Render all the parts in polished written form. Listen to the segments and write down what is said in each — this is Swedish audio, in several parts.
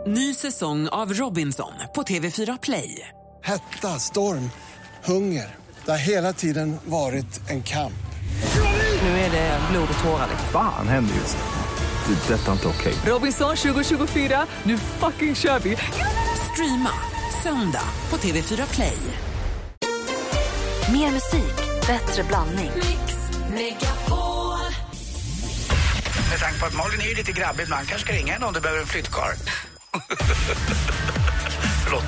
Ny säsong av Robinson på TV4 Play. Hetta, storm, hunger. Det har hela tiden varit en kamp. Nu är det blod och tårar. Fan händer just det. Det är detta inte okej. Robinson 2024, nu fucking kör vi. Streama söndag på TV4 Play. Mer musik, bättre blandning. Mix Megapol. Med tanke på att Malin är ju lite grabbig, man kanske ska ringa henne om du behöver en flyttkar. Förlåt.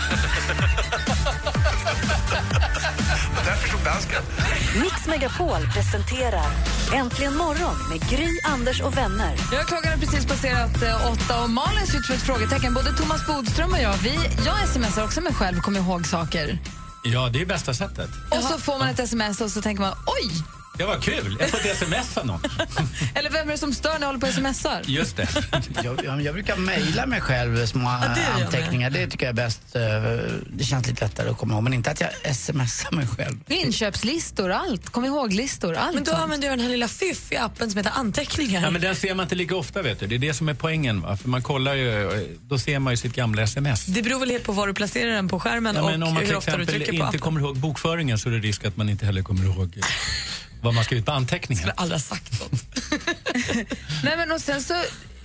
Därför stod dansken. Mix Megapol presenterar Äntligen morgon med Gry, Anders och vänner. Klockan är precis passerat 8 och Malin ser ut för ett frågetecken. Både Thomas Bodström och jag smsar också mig själv och kommer ihåg saker. Ja, det är bästa sättet. Och så får man ett sms och så tänker man, oj! Det var kul, jag får ett sms av någon. Eller vem är det som stör när jag håller på smsar? Just det. Jag brukar mejla mig själv små anteckningar. Det tycker jag är bäst. Det känns lite lättare att komma ihåg. Men inte att jag smsar mig själv. Inköpslistor, allt. Kom ihåg-listor, allt. Men då använder jag den här lilla fiff i appen som heter anteckningar. Ja, men den ser man inte lika ofta, vet du. Det är det som är poängen, va? För man kollar ju, då ser man ju sitt gamla sms. Det beror väl helt på var du placerar den på skärmen och hur ofta du trycker på appen. Om man till exempel inte kommer ihåg bokföringen så är det risk att man inte heller kommer ihåg vad man skrivit på anteckningar. Jag skulle aldrig ha sagt något. Nej, men och sen så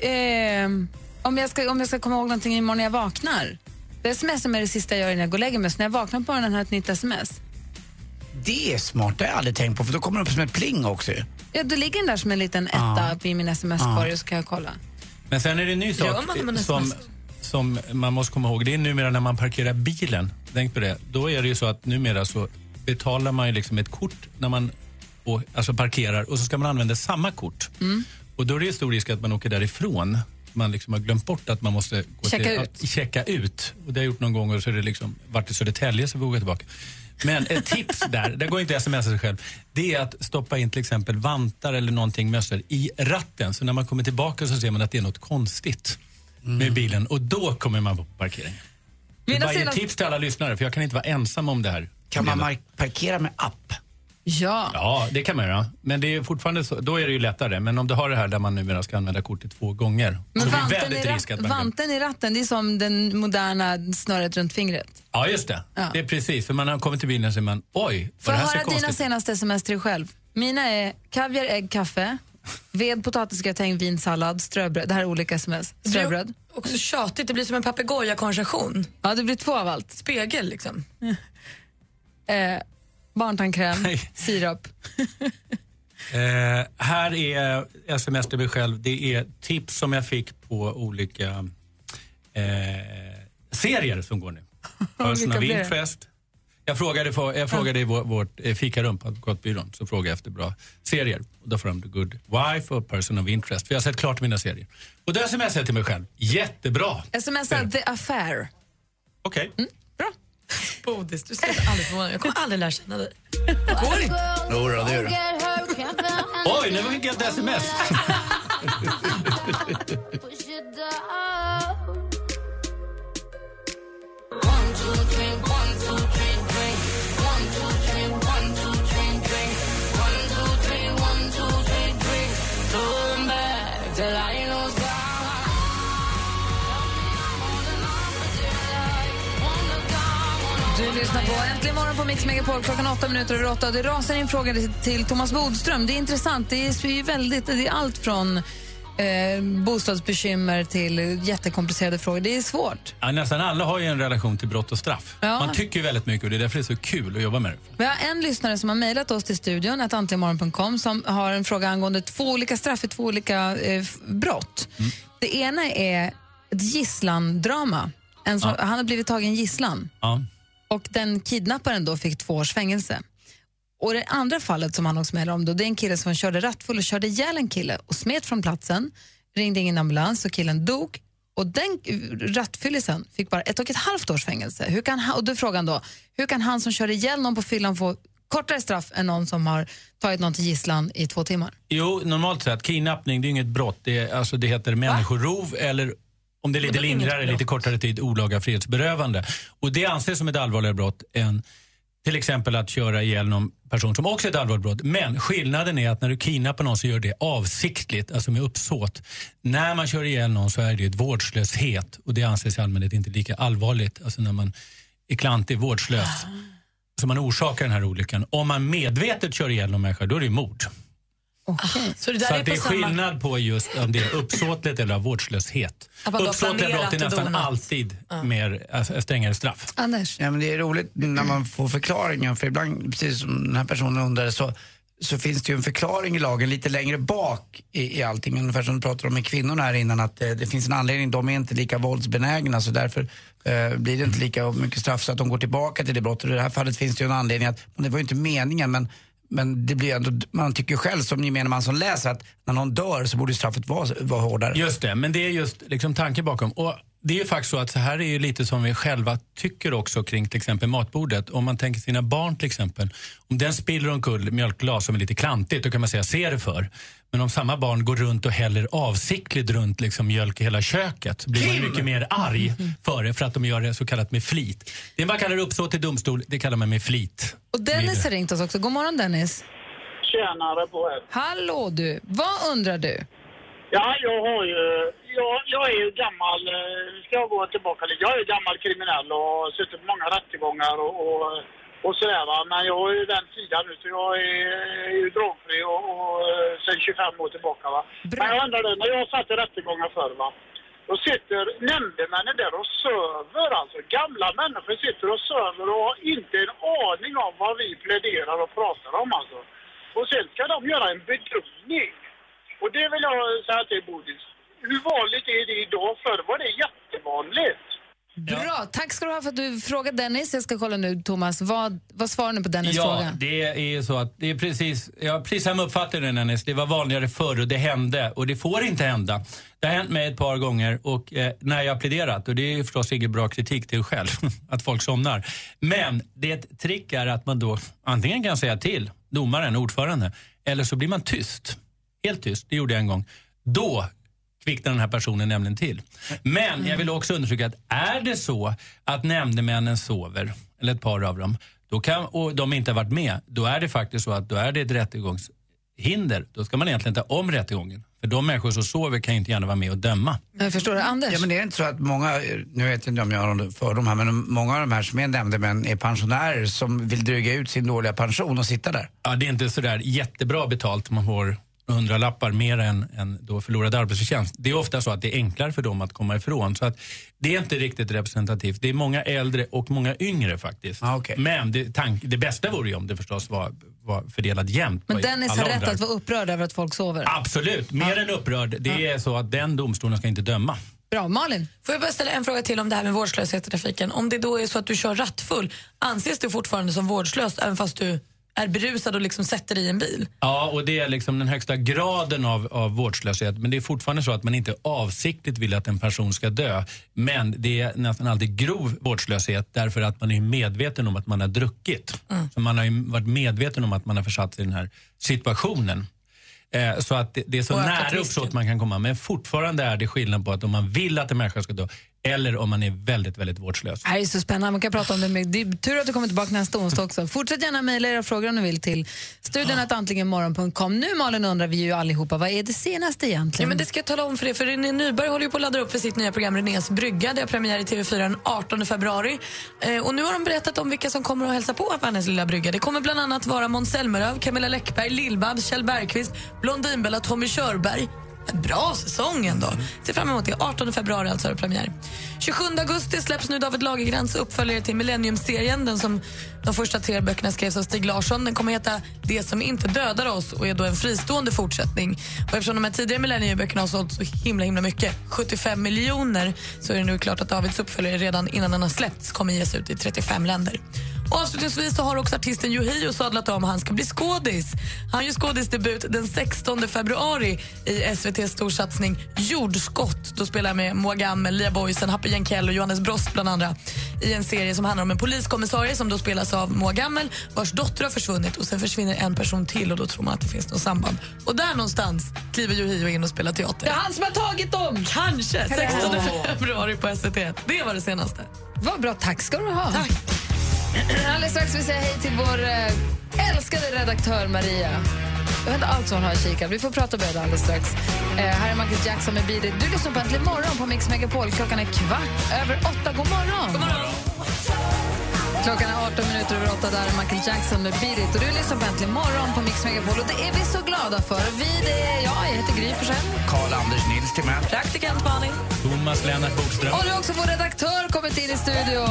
om jag ska komma ihåg någonting imorgon när jag vaknar. Det smsar med det sista jag gör innan jag går och lägger mig. Så när jag vaknar på den här ett nytt sms. Det är smart, det har jag aldrig tänkt på. För då kommer det upp som ett pling också. Ja, då ligger den där som en liten etta i min sms-korg och så kan jag kolla. Men sen är det en ny sak som man måste komma ihåg. Det är numera när man parkerar bilen. Tänk på det. Då är det ju så att numera så betalar man ju liksom ett kort när man alltså parkerar och så ska man använda samma kort. Och då är det stor risk att man åker därifrån. Man liksom har glömt bort att man måste gå checka ut. Och det har jag gjort någon gång och så är det liksom varit i Södertälje så vi går tillbaka. Men ett tips där går inte att smsa sig själv. Det är att stoppa in till exempel vantar eller någonting mössor i ratten. Så när man kommer tillbaka så ser man att det är något konstigt med bilen. Och då kommer man på parkeringen. Det är bara ett tips till alla lyssnare för jag kan inte vara ensam om det här. Kan man parkera med app? Ja, det kan man göra. Men det är fortfarande så, då är det ju lättare. Men om du har det här där man numera ska använda kortet 2 gånger. Men så det är väldigt risk att vanten i ratten, det är som den moderna snöret runt fingret. Ja, just det. Ja. Det är precis. För man har kommit till bilen och säger man, oj, får det här ser höra konstigt. Dina senaste sms till dig själv. Mina är kaviar, ägg, kaffe, ved, potatisgratäng, vin, sallad, ströbröd. Det här är olika sms. Ströbröd. Det är också tjatigt, det blir som en papegoja-konversation. Ja, det blir 2 av allt. Spegel liksom. Barntandkräm, sirap. Här är sms till mig själv. Det är tips som jag fick på olika serier som går nu. Person of Interest. Jag frågade i vårt fikarum på Advokatbyrån, så frågade jag efter bra serier. Och då får de The Good Wife och Person of Interest. För jag har sett klart mina serier. Och då smsar jag till mig själv. Jättebra. Smsar The Affair. Okej. Bra. Bodis, du ska aldrig förvåna. Jag kommer aldrig lära känna dig. Går inte. Jo, det gör det. Oj, nu fick jag ett sms. Du lyssnar på Äntligen morgon på Mix Megapol klockan 8:08. Det rasar in frågor till Thomas Bodström. Det är intressant. Det är allt från bostadsbekymmer till jättekomplicerade frågor. Det är svårt. Ja, nästan alla har ju en relation till brott och straff. Ja. Man tycker ju väldigt mycket och det är därför det är så kul att jobba med det. Vi har en lyssnare som har mejlat oss till studion, @antligenmorgon.com, som har en fråga angående 2 olika straff i 2 olika brott. Det ena är ett gisslandrama. Han har blivit tagen gisslan. Ja. Och den kidnapparen då fick 2 års fängelse. Och det andra fallet som han också mejlar om då, det är en kille som körde rattfull och körde ihjäl en kille och smet från platsen, ringde ingen ambulans och killen dog. Och den rattfyllisen fick bara 1,5 års fängelse. Och då frågan då, hur kan han som körde ihjäl någon på fyllan få kortare straff än någon som har tagit någon till gisslan i 2 timmar? Jo, normalt sett, kidnappning, det är inget brott. Det heter människorov eller om det är lite lindrigare, lite kortare tid, olaga frihetsberövande. Och det anses som ett allvarligare brott än Till exempel att köra ihjäl någon person som också är ett allvarligt brott. Men skillnaden är att när du kidnappar någon så gör det avsiktligt, alltså med uppsåt. När man kör ihjäl någon så är det ett vårdslöshet. Och det anses i allmänhet inte lika allvarligt. Alltså när man är klantig, vårdslös. Så man orsakar den här olyckan. Om man medvetet kör ihjäl någon människa, då är det mord. Okay. Så det är skillnad på just om det är uppsåtligt eller vårdslöshet. Uppsåtliga brott är nästan alltid mer strängare straff. Anders? Ja, men det är roligt när man får förklaringen, för ibland, precis som den här personen undrade, så finns det ju en förklaring i lagen lite längre bak i allting. Ungefär som du pratade om med kvinnorna här innan, att det finns en anledning, de är inte lika våldsbenägna, så därför blir det inte lika mycket straff så att de går tillbaka till det brottet. I det här fallet finns det ju en anledning att, det var ju inte meningen, men det blir ändå, man tycker själv som gemene man som läser att när någon dör så borde straffet vara hårdare. Just det, men det är just liksom tanken bakom. Och det är ju faktiskt så att så här är ju lite som vi själva tycker också kring till exempel matbordet. Om man tänker sina barn till exempel, om den spiller omkull mjölkglas som är lite klantigt, då kan man säga se det för. Men om samma barn går runt och häller avsiktligt runt liksom mjölk i hela köket, så blir man mycket mer arg för det, för att de gör det så kallat med flit. Det man kallar uppsåt i domstol, det kallar man med flit. Och Dennis har ringt oss också. God morgon Dennis. Tjänare på er. Hallå du, vad undrar du? Ja, jag är ju gammal, ska jag gå tillbaka lite. Jag är ju gammal kriminell och suttit på många rättegångar och sådär, va. Men jag är ju den sidan nu, så jag är ju drogfri och sen 25 år tillbaka, va. Bra. Men jag undrar det, när jag satt i rättegångar förr, va. Då sitter nämndemännen där och söver, alltså. Gamla människor sitter och söver och har inte en aning om vad vi pläderar och pratar om, alltså. Och sen ska de göra en bedömning. Och det vill jag säga till Bodis. Hur vanligt är det idag? Förr var det jättevanligt. Bra, tack ska du ha för att du frågade Dennis. Jag ska kolla nu, Thomas. Vad svarar ni på Dennis fråga? Ja, det är så att det är precis samma uppfattning, Dennis. Det var vanligare förr och det hände. Och det får inte hända. Det har hänt mig ett par gånger och när jag har pläderat, och det är förstås ingen bra kritik till själv, att folk somnar. Men det ett trick är att man då antingen kan säga till domaren, ordförande, eller så blir man tyst. Helt tyst, det gjorde jag en gång. Då kvicknar den här personen nämligen till. Men jag vill också undersöka att är det så att nämndemännen sover, eller ett par av dem, och de inte har varit med, då är det faktiskt så att då är det ett rättegångshinder. Då ska man egentligen ta om rättegången. För de människor som sover kan ju inte gärna vara med och döma. Jag förstår det, Anders. Ja, men det är inte så att många, nu vet jag inte om jag har för de här, men många av de här som är nämndemän är pensionärer som vill dryga ut sin dåliga pension och sitta där. Ja, det är inte så där jättebra betalt. Man får 100 lappar mer än då förlorad arbetsförtjänst. Det är ofta så att det är enklare för dem att komma ifrån. Så att det är inte riktigt representativt. Det är många äldre och många yngre faktiskt. Okay. Men det bästa vore ju om det förstås var fördelad jämnt. Men Dennis har rätt att vara upprörd över att folk sover. Absolut, mer än upprörd. Det är så att den domstolen ska inte döma. Bra, Malin. Får jag bara ställa en fråga till om det här med vårdslöshet i trafiken? Om det då är så att du kör rattfull, anses det fortfarande som vårdslöst även fast du är berusad och liksom sätter i en bil? Ja, och det är liksom den högsta graden av vårdslöshet. Men det är fortfarande så att man inte avsiktligt vill att en person ska dö. Men det är nästan alltid grov vårdslöshet därför att man är medveten om att man har druckit. Så man har ju varit medveten om att man har försatt sig i den här situationen. Så att det är så nära uppsåt man kan komma. Men fortfarande är det skillnad på att om man vill att en människa ska dö eller om man är väldigt, väldigt vårdslös. Det här är så spännande. Man kan prata om det med. Det är tur att du kommer tillbaka nästa onsdag också. Fortsätt gärna mejla era frågor om ni vill till studion@antligenmorgon.com. Nu, Malin, undrar vi ju allihopa, vad är det senaste egentligen? Ja, men det ska jag tala om för det. För René Nyberg håller ju på att ladda upp för sitt nya program Renés brygga. Det har premiär i TV4 den 18 februari. Och nu har de berättat om vilka som kommer att hälsa på hennes lilla brygga. Det kommer bland annat vara Måns Zelmerlöw, Camilla Läckberg, Lill-Babs, Kjell Bergqvist, Blondinbella, Tommy Körberg. En bra säsong ändå. Se fram emot det. 18 februari alltså är det premiär. 27 augusti släpps nu David Lagercrantz uppföljare till Millennium-serien. Den som de första 3 böckerna skrevs av Stig Larsson. Den kommer heta Det som inte dödar oss och är då en fristående fortsättning. Och eftersom de här tidigare Millennium-böckerna har sålt så himla mycket, 75 miljoner, så är det nu klart att Davids uppföljare redan innan den har släppts kommer ges ut i 35 länder. Och avslutningsvis så har också artisten Yohio sadlat om han ska bli skådis. Han gör skådisdebut den 16 februari i SVT:s storsatsning Jordskott. Då spelar med Moa Gammel, Lia Boysen, Happy Jankell och Johannes Brost bland andra i en serie som handlar om en poliskommissarie som då spelas av Moa Gammel, vars dotter har försvunnit och sen försvinner en person till och då tror man att det finns något samband. Och där någonstans kliver Yohio in och spelar teater. Det är han som har tagit dem! Kanske, 16 februari på SVT. Det var det senaste. Vad bra, tack ska du ha. Tack. Alldeles strax vi säger hej till vår älskade redaktör Maria. Jag vet inte allt som hon har kikat. Vi får prata med det alldeles strax. Här är Michael Jackson med Beat It. Du lyssnar på Äntligen morgon på Mix Megapol. Klockan är 8:15. God morgon! God morgon! Klockan är 8:18 där är Michael Jackson med Beat It. Och du lyssnar på Äntligen morgon på Mix Megapol. Och det är vi så glada för. Jag heter Gry Forssell. Karl-Anders Nils till mig. Praktikant Malin. Thomas Lennart Bokström. Och nu har också vår redaktör kommit in i studion.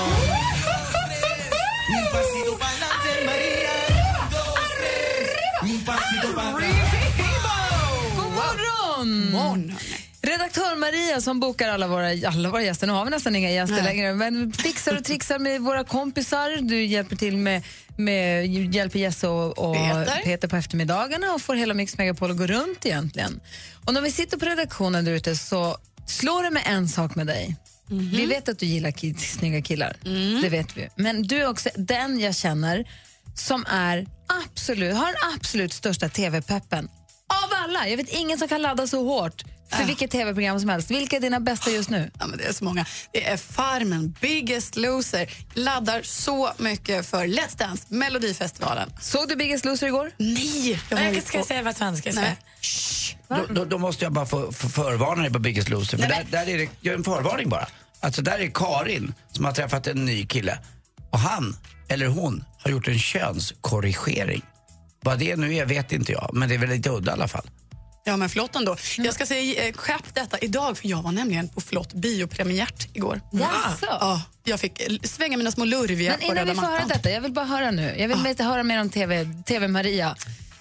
God morgon! Redaktör Maria som bokar alla våra gäster. Nu har vi nästan inga gäster längre. Men fixar och trixar med våra kompisar. Du hjälper till med hjälper Jesse och Peter på eftermiddagarna och får hela Mix Megapol att gå runt egentligen. Och när vi sitter på redaktionen där ute så slår det med en sak med dig. Vi vet att du gillar snygga killar. Det vet vi. Men du är också den jag känner som har den absolut största tv-peppen av alla. Jag vet ingen som kan ladda så hårt för vilket tv-program som helst. Vilka är dina bästa just nu? Ja, men det är så många. Det är Farmen, Biggest Loser. Laddar så mycket för Let's Dance, Melodifestivalen. Såg du Biggest Loser igår? Nej! Jag ska säga vad svenska säger. Då måste jag bara få förvarna dig på Biggest Loser. För där är det en förvarning bara. Alltså där är Karin som har träffat en ny kille. Och han, eller hon, har gjort en könskorrigering. Vad det nu är vet inte jag. Men det är väl lite udda i alla fall. Ja, men förlåt ändå. Jag ska säga skärp detta idag, för jag var nämligen på flott biopremiärt igår. Ja, jag fick svänga mina små lurviga på röda mattan. Men innan vi får höra detta, jag vill bara höra nu. Jag vill inte höra mer om TV Maria.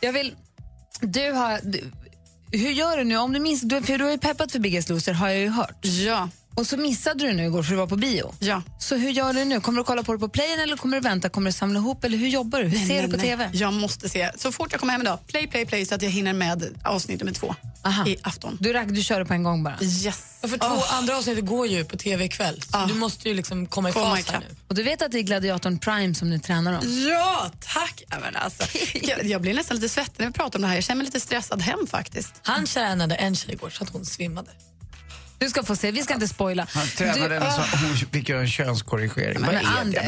Hur gör du nu? Om du minns, för du har ju peppat för Biggest Loser, har jag ju hört. Ja. Och så missade du nu igår för du var på bio. Ja. Så hur gör du nu? Kommer du kolla på det på playen eller kommer du vänta? Kommer du samla ihop eller hur jobbar du? Hur ser du på TV? Jag måste se. Så fort jag kommer hem idag, play så att jag hinner med avsnitt nummer 2 i afton. Du kör det på en gång bara? Yes. Och för 2 andra avsnitt går ju på TV ikväll. Så du måste ju liksom komma i fas här nu. Och du vet att det är Gladiatorn Prime som ni tränar om? Ja, tack! Men alltså, jag blir nästan lite svettig när vi pratar om det här. Jag känner mig lite stressad hem faktiskt. Han tränade en tjej igår så att hon svimmade. Du ska få se, vi ska inte spoila. Han tränade henne så hon fick göra en könskorrigering. Men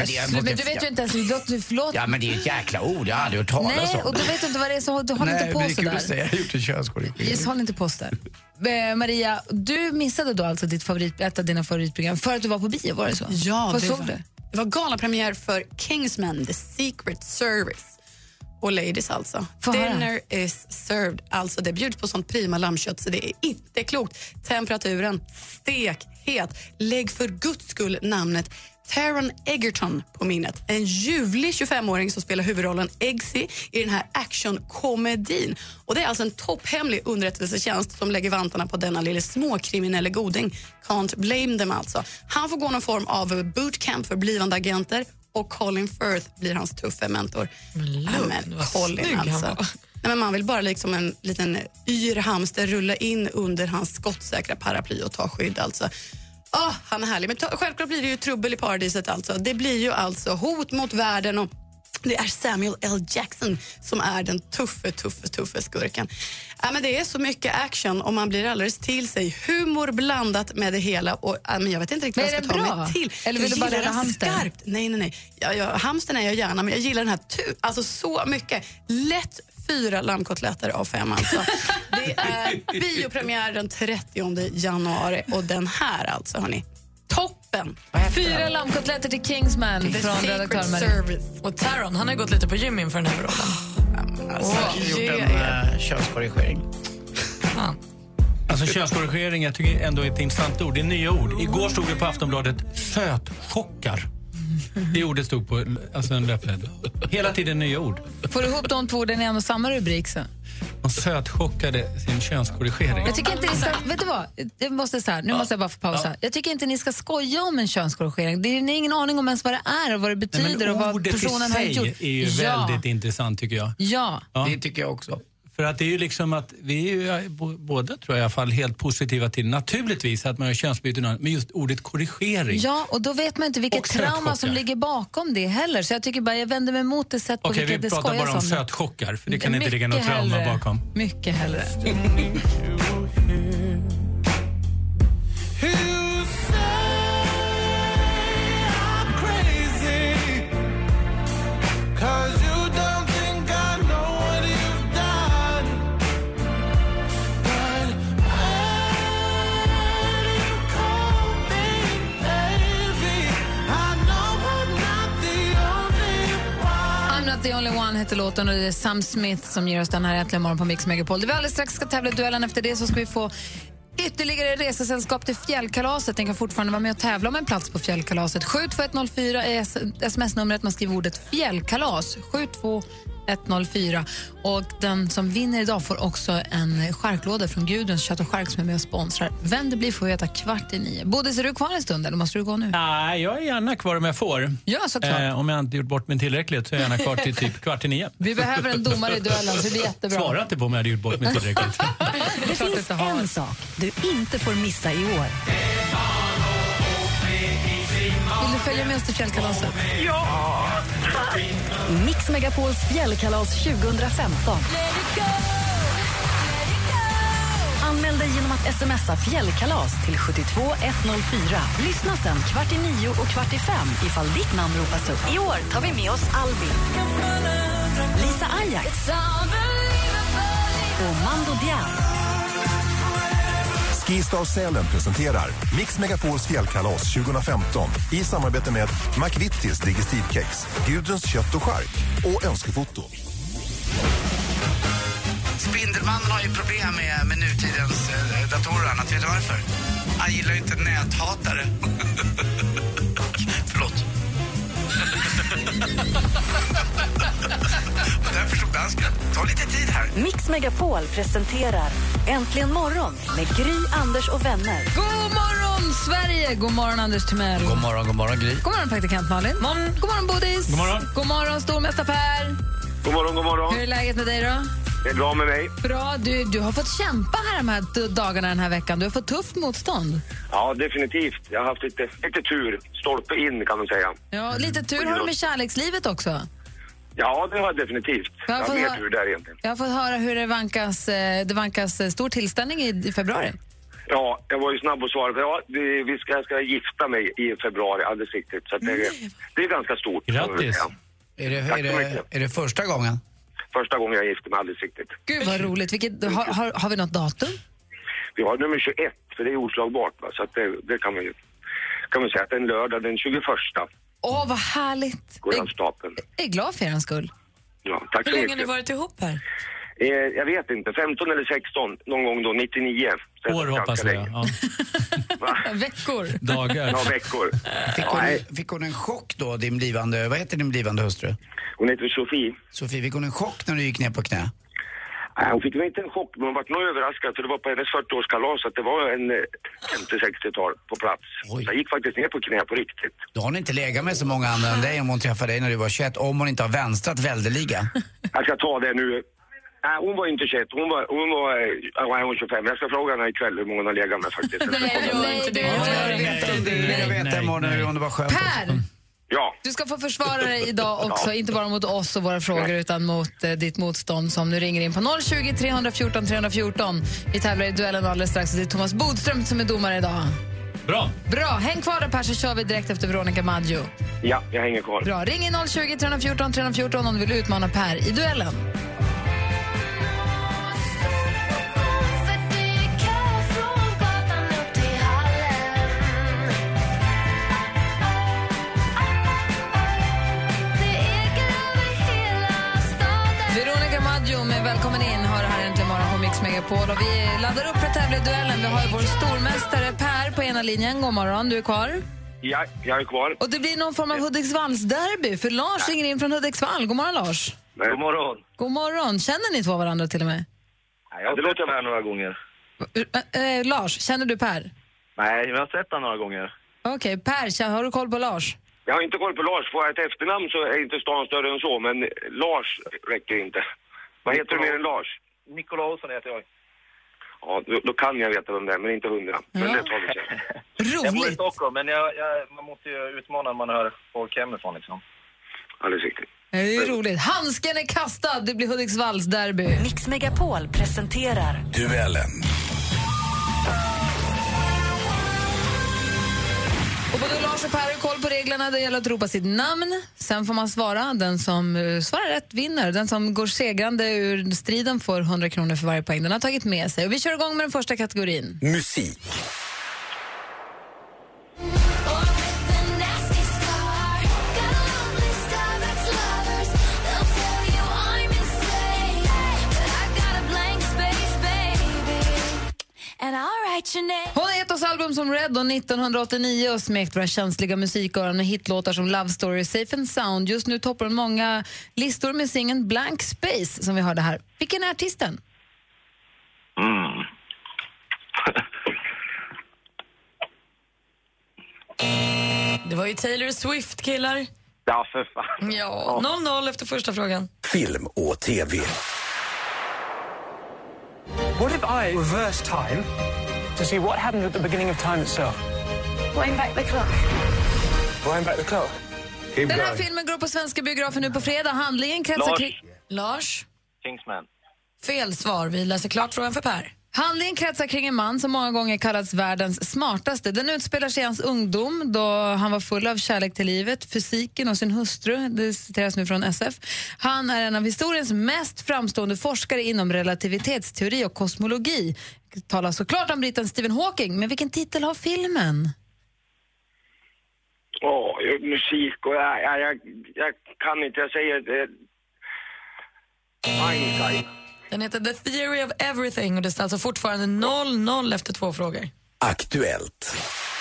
du vet ju inte ens, förlåt. Ja, men det är ett jäkla ord, jag har aldrig hört talas om. Nej, och du vet inte vad det är, så håll inte på sådär. Nej, men det är kul att säga, jag har gjort en könskorrigering. Håll inte på sådär. Maria, du missade då alltså ett av dina favoritprogram för att du var på bio, var det så? Ja, vad såg du? Det var galapremiär för Kingsman, The Secret Service. Och ladies alltså. Dinner is served. Alltså det bjuds på sånt prima lammkött så det är inte klokt. Temperaturen stekhet. Lägg för guds skull namnet Taron Egerton på minnet. En ljuvlig 25-åring som spelar huvudrollen Eggsy i den här actionkomedin. Och det är alltså en topphemlig underrättelsetjänst som lägger vantarna på denna lille småkriminella goding. Can't blame them alltså. Han får gå någon form av bootcamp för blivande agenter. Och Colin Firth blir hans tuffa mentor. Men Colin alltså. Nej, men man vill bara liksom en liten yrhamster rulla in under hans skottsäkra paraply och ta skydd alltså. Han är härlig. Men självklart blir det ju trubbel i paradiset alltså. Det blir ju alltså hot mot världen och det är Samuel L. Jackson som är den tuffe skurken. Men det är så mycket action och man blir alldeles till sig. Humor blandat med det hela. Och, men jag vet inte riktigt vad jag ska ta mig till. Eller vill du bara rädda hamstern? Nej. Hamstern är jag gärna, men jag gillar den här alltså så mycket. Lätt 4 lammkotletter av 5 alltså. Det är biopremiär den 30 januari och den här alltså, hörni. Toppen! 4 lammkotletter till Kingsman från redaktör Marie. Och Taron, han har gått lite på gym inför den här rollen. Alltså, gjort en könskorrigering. Alltså könskorrigering, jag tycker ändå är ett intressant ord. Det är nya ord. Igår stod det på Aftonbladet sötchockar. Det ordet stod på en löpsedel. Hela tiden nya ord. Får du ihop de 2 orden i en och samma rubrik så? De sötchockade sin könskorrigering. Jag tycker inte ni ska, vet du vad? Nu måste jag bara få pausa. Ja. Jag tycker inte ni ska skoja om en könskorrigering. Det är ingen aning om ens vad det är och vad det betyder. Nej, men och vad personen har gjort. Ordet i sig är ju väldigt intressant tycker jag. Ja, det tycker jag också. För att det är ju liksom att vi är ju båda tror jag i alla fall helt positiva till naturligtvis att man gör könsbyte med just ordet korrigering. Ja, och då vet man inte vilket trauma som ligger bakom det heller. Så jag tycker bara jag vänder mig mot det sätt på vilket det skojas om. Okej, vi pratar bara om sötchockar för det kan inte ligga något trauma bakom. Mycket hellre. The Only One heter låten och det är Sam Smith som ger oss den här äntligen morgon på Mix Megapol. Det vi alldeles strax ska tävla i duellen. Efter det så ska vi få ytterligare resesällskap till fjällkalaset. Den kan fortfarande vara med och tävla om en plats på fjällkalaset. 72104 är sms-numret. Man skriver ordet fjällkalas. 72104. Och den som vinner idag får också en charklåda från Gudruns kött och chark som är med och sponsrar. Vem det blir får veta 8:45. Bodis, är du kvar en stund eller måste du gå nu? Nej, jag är gärna kvar om jag får. Ja, såklart. Om jag inte gjort bort mig tillräckligt så är jag gärna kvar till typ 8:45. Vi behöver en domare i duellen så det blir jättebra. Svara inte på om jag hade gjort bort mig tillräckligt. Det finns en sak du inte får missa i år. Vill du följa med oss till fjällkalaset? Ja! Mix Megapols fjällkalas 2015. Anmäl dig genom att smsa fjällkalas till 72104. Lyssna sen 8:45 och 8:45 ifall ditt namn ropas upp. I år tar vi med oss Albin, Lisa Ajax och Mando Diaz. Skistar Sälen presenterar Mix Megapols fjällkalas 2015 i samarbete med McVittys Digestivkex, Gudruns kött och chark och Önskefoto. Spindelmannen har ju problem med nutidens datorer och annat. Vet du varför? Han gillar ju inte näthatare. Förlåt. Och därför stod dansken. Ta lite tid här. Mix Megapol presenterar Äntligen morgon med Gry, Anders och vänner. God morgon Sverige! God morgon Anders Timell. God morgon Gry. God morgon praktikant Malin. God morgon Bodis. God morgon. God morgon stormästare Per. God morgon. Hur är läget med dig då? Det är bra med mig. Bra, du har fått kämpa här de här dagarna den här veckan. Du har fått tufft motstånd. Ja, definitivt. Jag har haft lite tur. Stolpe in kan man säga. Ja, lite tur har du med kärlekslivet också. Ja, det har jag definitivt. Jag har mer tur där egentligen. Jag har fått höra hur det vankas stor tillställning i februari. Ja, jag var ju snabb att svara. Ja, jag ska gifta mig i februari, alldeles riktigt. Så att det är ganska stort. Grattis. Är det första gången? Första gången jag gifte mig, alldeles riktigt. Gud vad roligt. Har vi något datum? Vi har nummer 21, för det är oslagbart. Va? Så att det kan man säga att det är en lördag den 21. Åh, vad härligt. Går av stapeln. Jag är glad för er skull. Ja, tack så Hur länge mycket. har ni varit ihop här? Jag vet inte, 15 eller 16, någon gång då, 99. År hoppas jag. Ja. Veckor. Dagar. Ja, veckor. Fick hon en chock då, din blivande, vad heter din blivande hustru? Hon heter Sofie. Sofie, fick hon en chock när du gick ner på knä? Nej, hon fick väl inte en chock, men hon var nog överraskad för det var på hennes 40-årskalas att det var en 50-60-tal på plats. Oj. Så jag gick faktiskt ner på knä på riktigt. Då har hon inte legat med så många andra än dig om hon träffade dig när du var 21, om hon inte har vänstrat väldeliga. Jag ska ta det nu. Nej, hon var inte 21, hon var 25. Jag ska fråga henne ikväll hur många hon har legat med faktiskt. Jag vet imorgon hur det var skönt. Per! Ja. Du ska få försvara dig idag också, inte bara mot oss och våra frågor utan mot ditt motstånd som nu ringer in på 020 314 314. Vi tävlar i duellen alldeles strax. Det är Thomas Bodström som är domare idag. Bra, häng kvar där Per så kör vi direkt efter Veronica Maggio. Ja, jag hänger kvar. Bra, ring in 020 314 314 om du vill utmana Per i duellen. Välkommen in, har här äntligen morgon på Mix Megapol och vi laddar upp för att tävla i duellen. Vi har ju vår stormästare Per på ena linjen. God morgon, du är kvar? Ja, jag är kvar. Och det blir någon form av Hudiksvallsderby för Lars ringer in från Hudiksvall. God morgon Lars. God morgon. God morgon, känner ni två varandra till och med? Ja, det låter Per några gånger. Lars, känner du Per? Nej, jag har sett han några gånger. Okej, Per, har du koll på Lars? Jag har inte koll på Lars. Får jag ett efternamn så är inte stan större än så, men Lars räcker inte. Vad heter du mer än Lars? Nikolausson heter jag. Ja, då kan jag veta vem det är, men inte 100. Men det tar vi sen. Roligt! Jag bor i Stockholm, men man måste ju utmana när man hör folk hemifrån liksom. Alldeles riktigt. Det är roligt. Handsken är kastad, det blir Hudiksvallsderby. Mix Megapol presenterar Duellen. Och både Lars och Per har koll på reglerna. Det gäller att ropa sitt namn. Sen får man svara. Den som svarar rätt vinner. Den som går segrande ur striden får 100 kronor för varje poäng den har tagit med sig. Och vi kör igång med den första kategorin. Musik. Hon har gett oss album som Red och 1989 och smekt våra känsliga musiköron med hitlåtar som Love Story, Safe and Sound. Just nu toppar hon många listor med singeln Blank Space som vi hörde här. Vilken är artisten? Det var ju Taylor Swift, killar. Ja, för fan. Ja, 0-0 efter första frågan. Film och TV. What if I reverse time to see what happened at the beginning of time itself? Wind back the clock. Wind back the clock. Den här filmen går på svenska biografer nu på fredag. Handlingen kretsar kring... Lars? Kingsman. Fel svar. Vi läser klart frågan för Per. Handlingen kretsar kring en man som många gånger kallats världens smartaste. Den utspelar sig i hans ungdom då han var full av kärlek till livet, fysiken och sin hustru. Det citeras nu från SF. Han är en av historiens mest framstående forskare inom relativitetsteori och kosmologi. Det talar såklart om britten Stephen Hawking, men vilken titel har filmen? Musik och jag kan inte, jag säger det. Einstein. Den heter The Theory of Everything och det står alltså fortfarande 0-0 efter 2 frågor. Aktuellt.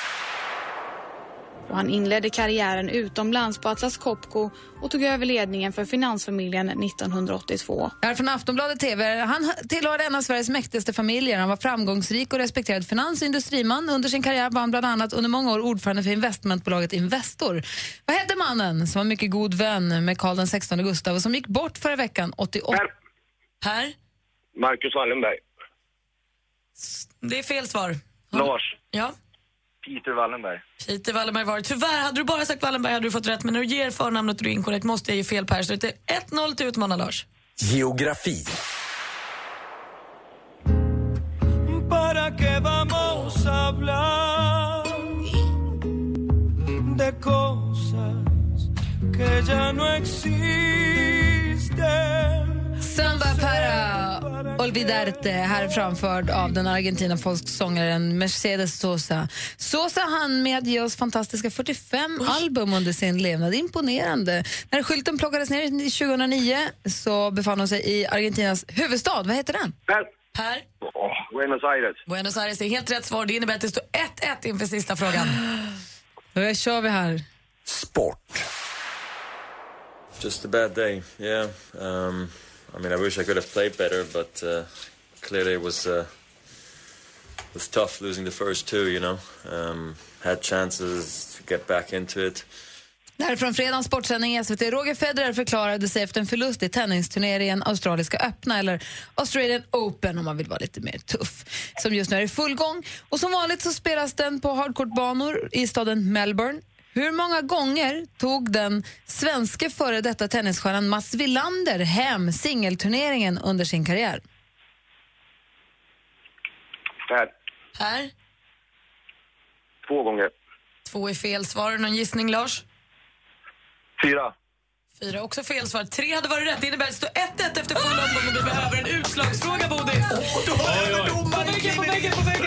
Han inledde karriären utomlands på Atlas Copco och tog över ledningen för finansfamiljen 1982. Här från Aftonbladet TV. Han tillhörde en av Sveriges mäktigaste familjer. Han var framgångsrik och respekterad finans- och industriman. Under sin karriär var han bland annat under många år ordförande för investmentbolaget Investor. Vad hette mannen som var mycket god vän med Karl XVI Gustav och som gick bort förra veckan 88? Per? Marcus Wallenberg. Det är fel svar. Lars. Ja? Peter Wallenberg. Peter Wallenberg var det. Tyvärr, hade du bara sagt Wallenberg hade du fått rätt. Men när du ger förnamnet och du är inkorrekt måste jag ge fel, Per. Så det är 1-0 till utmanar Lars. Geografi. Para que vamos a hablar de cosas que ya no existen. Samba para olvidarte, här framförd av den Argentina-folksångaren Mercedes Sosa. Sosa hann med ge oss fantastiska 45 album under sin levnad. Imponerande. När skylten plockades ner 2009 så befann hon sig i Argentinas huvudstad. Vad heter den? Per? Buenos Aires. Buenos Aires är helt rätt svar. Det innebär att det står 1-1 inför sista frågan. Då kör vi här. Sport. Just a bad day, yeah. I mean, I wish I could have played better, but clearly it was tough losing the first 2, you know. Had chances to get back into it. Det här är från fredagens sportsändning i SVT. Roger Federer förklarade sig efter en förlust i tennisturneringen Australiska öppna, eller Australian Open om man vill vara lite mer tuff, som just nu är i full gång. Och som vanligt så spelas den på hardcourtbanor i staden Melbourne. Hur många gånger tog den svenska före detta tennisstjärnan Mats Wilander hem singelturneringen under sin karriär? Per? 2 gånger. 2 är fel svar. Någon gissning, Lars? 4. 4 också fel svar. 3 hade varit rätt. Det innebär att det står 1-1 efter full omgång och vi behöver en utslagsfråga, Bodis. Du har över domaren. På väggen.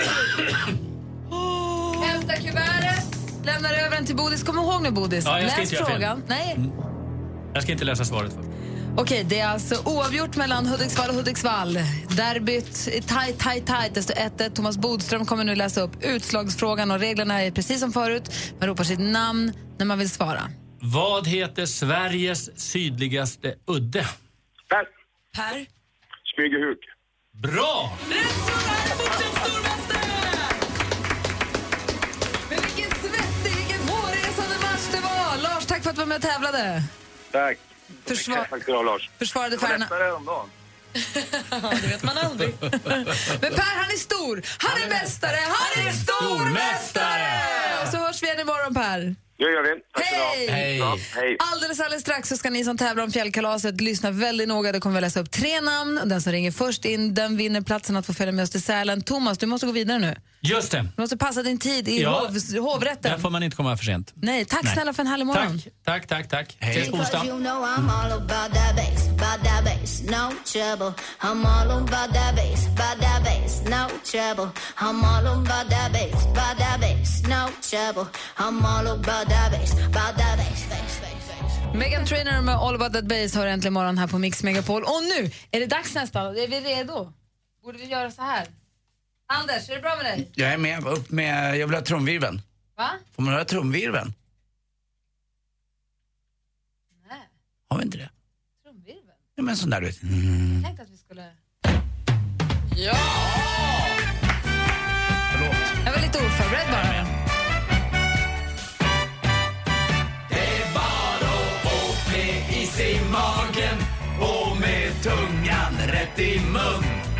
Hämta kuvertet. Lämnar över den till Bodis. Kom ihåg nu, Bodis. Ja, läs frågan. Nej. Jag ska inte läsa svaret först. Okej, det är alltså oavgjort mellan Hudiksvall och Hudiksvall. Derbyt är tight. Det står 1-1. Thomas Bodström kommer nu läsa upp utslagsfrågan och reglerna är precis som förut. Man ropar sitt namn när man vill svara. Vad heter Sveriges sydligaste udde? Per? Smygehuk. Bra! Men vilken svettig, vilken hårresande match det var. Lars, tack för att du var med och tävlade. Tack. Tack ska du ha, Lars. Försvarade färgerna. Det vet man aldrig. Men Per, han är stor. Han är mästare. Han är stormästare. Och så hörs vi igen imorgon, Per. Det gör vi. Hej! Hej! Alldeles strax så ska ni som tävlar om fjällkalaset lyssna väldigt noga. Det kommer vi läsa upp 3 namn. Den som ringer först in, den vinner platsen att få följa med oss till Sälen. Thomas, du måste gå vidare nu. Just det. Du måste passa din tid i hovrätten. Där får man inte komma för sent. Nej, tack snälla för en härlig morgon. Tack. Ses på onsdag. Meghan Trainor med All About That Bass har äntligen morgon här på Mix Megapol. Och nu är det dags nästan. Är vi redo? Borde vi göra så här? Anders, är det bra med dig? Jag är med, upp med, jag vill ha trumvirveln. Va? Får man höra trumvirveln? Nej. Har vi inte det? Trumvirveln? Ja, men sån där du vet. Jag tänkte att vi skulle... Ja! Förlåt. Jag var lite oförberedd bara. Det är bara att med is i magen och med tungan rätt i mun.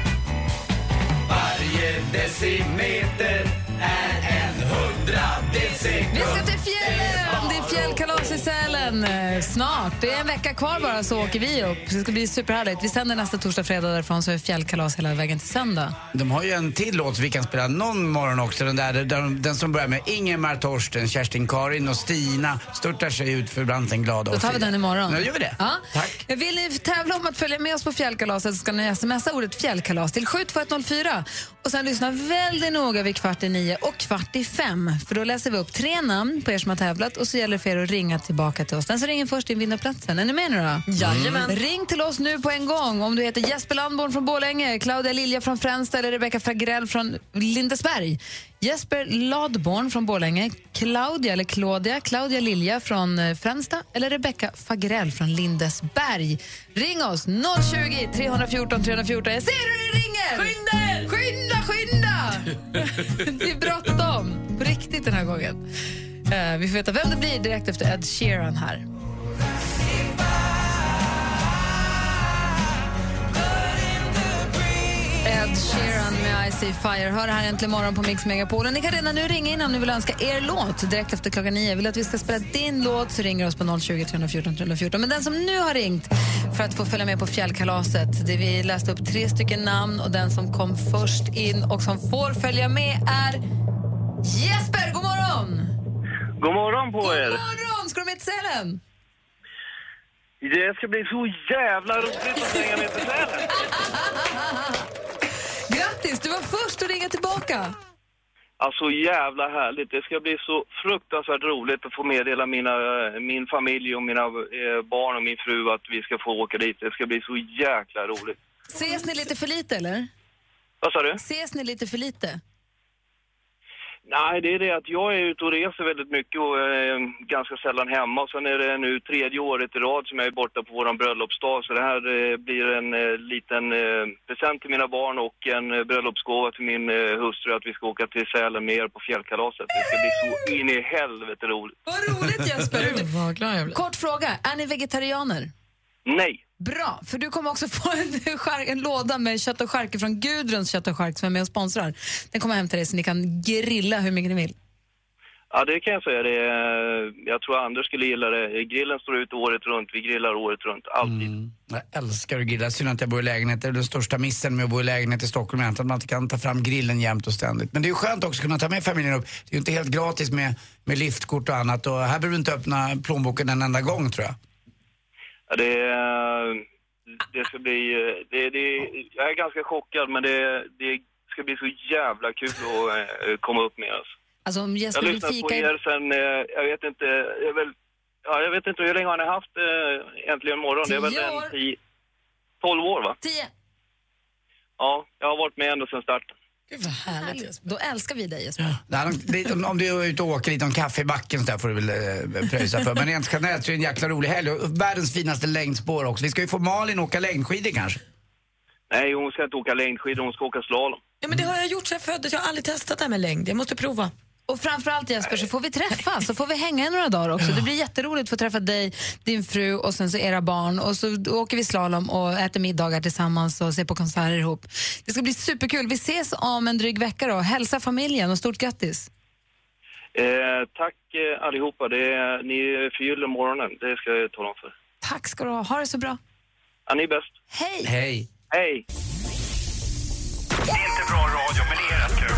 Varje decimeter är en 100-del sekund. Vi ska till fjällen! Det är fjällkalas i Sälen snart. Det är en vecka kvar bara så åker vi upp. Det ska bli superhärligt. Vi sänder nästa torsdag, fredag därifrån så är fjällkalas hela vägen till söndag. De har ju en till låt vi kan spela någon morgon också. Den som börjar med Ingemar, Torsten, Kerstin, Karin och Stina störtar sig ut för branten glada. Då tar vi den imorgon. Nu gör vi det. Ja. Tack. Vill ni tävla om att följa med oss på fjällkalaset så ska ni smsa ordet fjällkalas till 72104 och sen lyssna väldigt noga vid 4:45 och 4:45 för då läser vi upp 3 namn på er som har tävlat och så gäller det för er att ringa tillbaka till oss. Den som ringer först in vinner platsen. Är ni med nu då? Jajamän. Ring till oss nu på en gång om du heter Jesper Landborn från Borlänge, Claudia Lilja från Fränsta eller Rebecca Fagrell från Lindesberg. Jesper Ladborn från Borlänge, Claudia Lilja från Fränsta eller Rebecca Fagrell från Lindesberg. Ring oss 020 314 314. Jag ser hur det ringer! Skynda! Det är bråttom. På riktigt den här gången. Vi får veta vem det blir direkt efter Ed Sheeran här. Ed Sheeran med I See Fire. Hör här äntligen morgon på Mix Megapol. Ni kan redan nu ringa in om ni vill önska er låt direkt efter 9:00. Vill att vi ska spela din låt så ringer oss på 020 314 314. Men den som nu har ringt för att få följa med på fjällkalaset, det vi läste upp 3 stycken namn och den som kom först in och som får följa med är Jesper. God morgon! God morgon på er! God morgon! Ska du med till Sälen? Det ska bli så jävla roligt att hänga med till Sälen. Grattis, du var först att ringa tillbaka. Alltså jävla härligt. Det ska bli så fruktansvärt roligt att få meddela min familj och mina barn och min fru att vi ska få åka dit. Det ska bli så jäkla roligt. Ses ni lite för lite, eller? Vad sa du? Ses ni lite för lite? Nej, det är det att jag är ute och reser väldigt mycket och ganska sällan hemma. Och sen är det nu 3:e året i rad som jag är borta på våran bröllopsdag. Så det här blir en liten present till mina barn och en bröllopsgåva till min hustru att vi ska åka till Sälen med er på fjällkalaset. Det ska bli så in i helvete roligt. Vad roligt, Jesper! Vad glad jag blir. Kort fråga, är ni vegetarianer? Nej. Bra, för du kommer också få en låda med kött och chark från Gudruns kött och chark som är med och sponsrar. Den kommer hem till dig så ni kan grilla hur mycket ni vill. Ja, det kan jag säga. Jag tror Anders skulle gilla det. Grillen står ut året runt. Vi grillar året runt. Alltid. Jag älskar att grilla. Synd att jag bor i lägenhet. Det är den största missen med att bo i lägenhet i Stockholm. Att man inte kan ta fram grillen jämt och ständigt. Men det är ju skönt också att kunna ta med familjen upp. Det är ju inte helt gratis med liftkort och annat. Och här behöver du inte öppna plånboken en enda gång, tror jag. Ja, det ska bli... jag är ganska chockad, men det ska bli så jävla kul att komma upp med oss. Alltså, om Jesper jag vill lyssnat fika på er sen, jag vet inte hur länge har ni haft Äntligen morgon? 10 år. Det är väl 12 år, va? 10. Ja, jag har varit med ända sedan starten. Gud vad härligt. Då älskar vi dig, Jesper. Ja. Om du är ute och åker lite om kaffe i backen så där får du väl pröjsa för. Men rent generellt så är det en jäkla rolig helg. Och världens finaste längdspår också. Vi ska ju få Malin åka längdskidor kanske. Nej, hon ska inte åka längdskidor, hon ska åka slalom. Ja, men det har jag gjort så jag föddes. Jag har aldrig testat det här med längd. Jag måste prova. Och framförallt, Jesper, så får vi träffas. Så får vi hänga några dagar också. Det blir jätteroligt att få träffa dig, din fru och sen så era barn. Och så åker vi slalom och äter middagar tillsammans och ser på konserter ihop. Det ska bli superkul. Vi ses om en dryg vecka då. Hälsa familjen och stort grattis. Tack allihopa. Ni förgyller morgonen. Det ska jag tala om för. Tack ska du ha. Ha det så bra. Ja, ni är bäst. Hej! Hej! Hej! Det är inte bra radio, men det är rätt kul.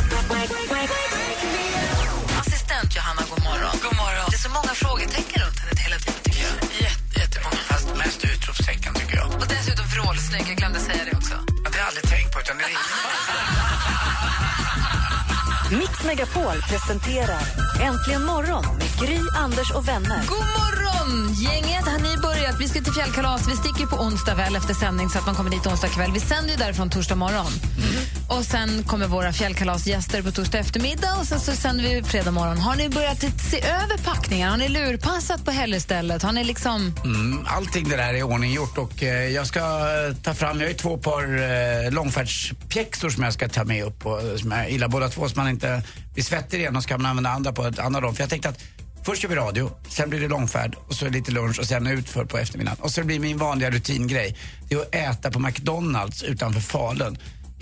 Assistent Johanna, god morgon. God morgon. Det är så många frågetecken runt henne hela tiden, tycker jag. Jättemånga. Fast mest utropstecken, tycker jag. Och dessutom vrålsnygg, jag glömde säga det också. Ja, det har jag aldrig tänkt på, utan det är Mix Megapol presenterar Äntligen morgon med Gry, Anders och vänner. God morgon! Gänget, har ni börjat? Vi ska till fjällkalas. Vi sticker på onsdag väl efter sändning så att man kommer dit onsdag kväll. Vi sänder ju därifrån torsdag morgon. Och sen kommer våra fjällkalasgäster på torsdag eftermiddag och sen så sänder vi fredag morgon. Har ni börjat se över packningar? Har ni lurpassat på helgstället? Har ni liksom... Allting det där är ordning gjort och jag ska ta fram, jag har ju 2 par långfärdspjäxor som jag ska ta med upp och som jag gillar båda två så man inte blir svettig igen och ska man använda andra på ett annat dem. För jag tänkte att först kör vi radio, sen blir det långfärd och så lite lunch och sen utför på eftermiddagen. Och så blir min vanliga rutingrej, det är att äta på McDonalds utanför Falun.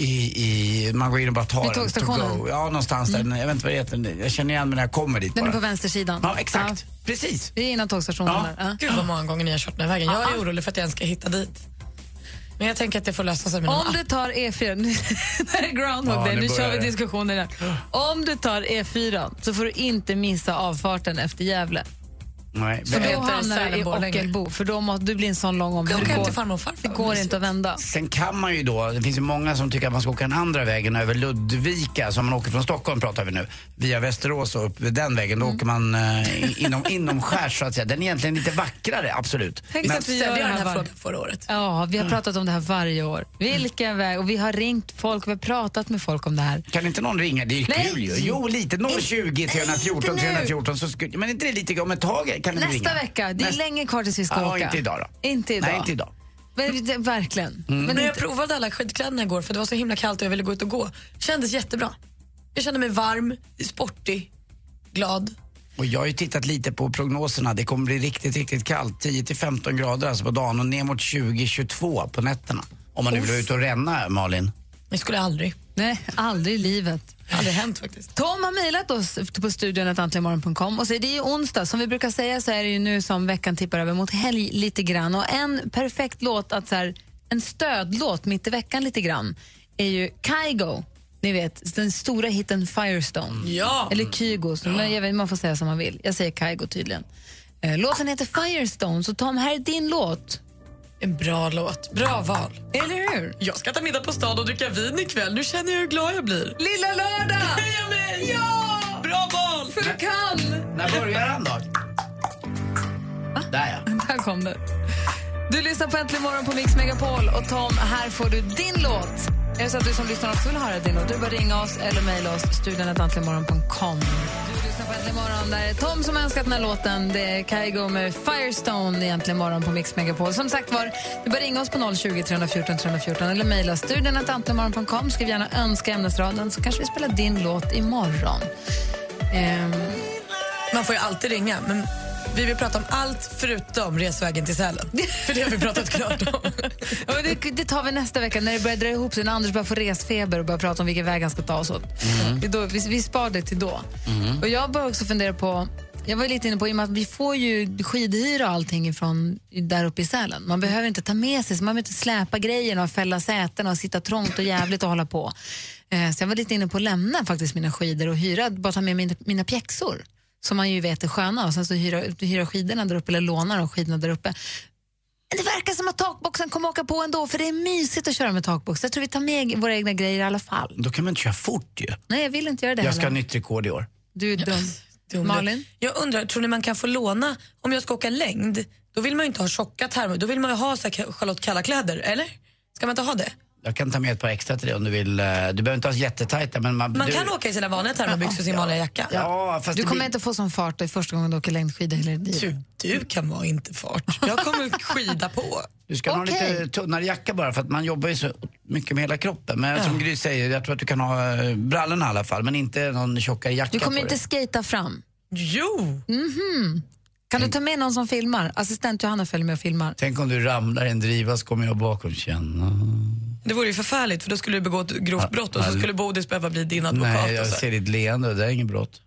Man går in och bara tar tågstationen? Ja, någonstans där. Jag vet inte vad det heter. Jag känner igen mig när jag kommer dit. Den är på vänstersidan. Ja, exakt. Precis. Det är innan tågstationen där. Gud vad många gånger ni har kört den här vägen. Jag är orolig för att jag ens ska hitta dit. Men jag tänker att det får lösa sig med om du tar E4, nu är det Groundhog Day, nu kör vi diskussioner där. Om du tar E4 så får du inte missa avfarten efter Gävle. Nej, så då hamnar du i Ockelbo, för då måste du bli en sån lång omväg. Det går inte att vända. Sen kan man ju då, det finns ju många som tycker att man ska åka den andra vägen över Ludvika, som man åker från Stockholm pratar vi nu, via Västerås och upp den vägen, då åker man inom skärs så att säga. Den är egentligen lite vackrare, absolut. Tänk att vi gör den här frågan förra året. Ja, vi har pratat om det här varje år. Vilken väg, och vi har ringt folk, vi har pratat med folk om det här. Kan inte någon ringa? Det är ju kul ju. Jo, lite, 020 314 314 så skulle, men inte det lite om ett tag? Nästa vecka, det är länge kvar tills vi ska åka. Inte idag då. Inte idag. Nej, inte idag. Men, verkligen. Men jag provade alla skidkläderna igår för det var så himla kallt och jag ville gå ut och gå. Kändes jättebra. Jag kände mig varm, sportig, glad. Och jag har ju tittat lite på prognoserna. Det kommer bli riktigt, riktigt kallt. 10-15 grader alltså på dagen och ner mot 20-22 på nätterna. Om man nu vill ut och ränna, Malin. Det skulle jag aldrig. Nej, aldrig i livet. Aldrig hänt faktiskt. Tom har mejlat oss på studion@antligenmorgon.com och så är det ju onsdag. Som vi brukar säga så är det ju nu som veckan tippar över mot helg lite grann. Och en perfekt låt, att så här, en stödlåt mitt i veckan lite grann, är ju Kygo. Ni vet, den stora hitten Firestone. Ja. Eller Kygo, men man får säga som man vill. Jag säger Kygo tydligen. Låten heter Firestone, så Tom, här är din låt. En bra låt. Bra val. Eller hur? Jag ska ta middag på stan och dricka vin ikväll. Nu känner jag hur glad jag blir. Lilla lördag! Heja mig! Ja! Bra val! För du kan! När börjar han då? Där ja. Där kom det. Du lyssnar på Äntligen morgon på Mix Megapol. Och Tom, här får du din låt. Är det så att du som lyssnar också vill höra din låt? Du bara ringa oss eller mejla oss, studion@antligenmorgon.com. Du lyssnar på Äntligen morgon. Där är Tom som önskat den här låten. Det är Kygo med Firestone i Äntligen morgon på Mix Megapol. Som sagt var, du bara ringa oss på 020 314 314 eller mejla studion@antligenmorgon.com. Skriv gärna önska ämnesraden så kanske vi spelar din låt imorgon. Man får ju alltid ringa, men vi vill prata om allt förutom resvägen till Sälen. För det har vi pratat klart om. Ja, det tar vi nästa vecka när det börjar dra ihop sig, när Anders börjar få resfeber och börjar prata om vilken väg han ska ta oss åt. Vi spar det till då. Och jag börjar också fundera på, jag var lite inne på, i och med att vi får ju skidhyra och allting ifrån där uppe i Sälen. Man behöver inte ta med sig, så man behöver inte släpa grejerna och fälla säten och sitta trångt och jävligt och hålla på. Så jag var lite inne på att lämna faktiskt mina skidor och hyra, bara ta med mina pjäxor. Som man ju vet är sköna, och sen så hyra skidorna där uppe eller lånar de skidorna där uppe. Men det verkar som att takboxen kommer åka på ändå, för det är mysigt att köra med takbox. Jag tror vi tar med våra egna grejer i alla fall. Då kan man inte köra fort ju. Nej, jag vill inte göra det Jag ska ha heller. nytt rekord i år. Du är dum. Malin? Jag undrar, tror ni man kan få låna, om jag ska åka längd, då vill man ju inte ha tjocka termer, då vill man ju ha så här Charlotte kalla kläder, eller? Ska man inte ha det? Jag kan ta med ett par extra till dig om du vill. Du behöver inte ha jättetajta, men man kan åka i sina vanliga termobyxor och sin vanliga jacka. Ja, fast du kommer inte få sån fart i första gången du åker längdskidor eller dit. Du kan vara inte fart. Jag kommer skida på. Du ska ha lite tunnare jacka bara, för att man jobbar ju så mycket med hela kroppen. Men som Gry säger, jag tror att du kan ha brallorna i alla fall, men inte någon tjockare jacka. Du kommer inte skata fram. Jo! Kan du ta med någon som filmar? Assistent Johanna följer med och filmar. Tänk om du ramlar i en driva, så kommer jag bakom känna. Det vore ju förfärligt, för då skulle du begå ett grovt brott och så skulle Bodis behöva bli din advokat. Nej, jag ser ditt leende och det är ingen brott.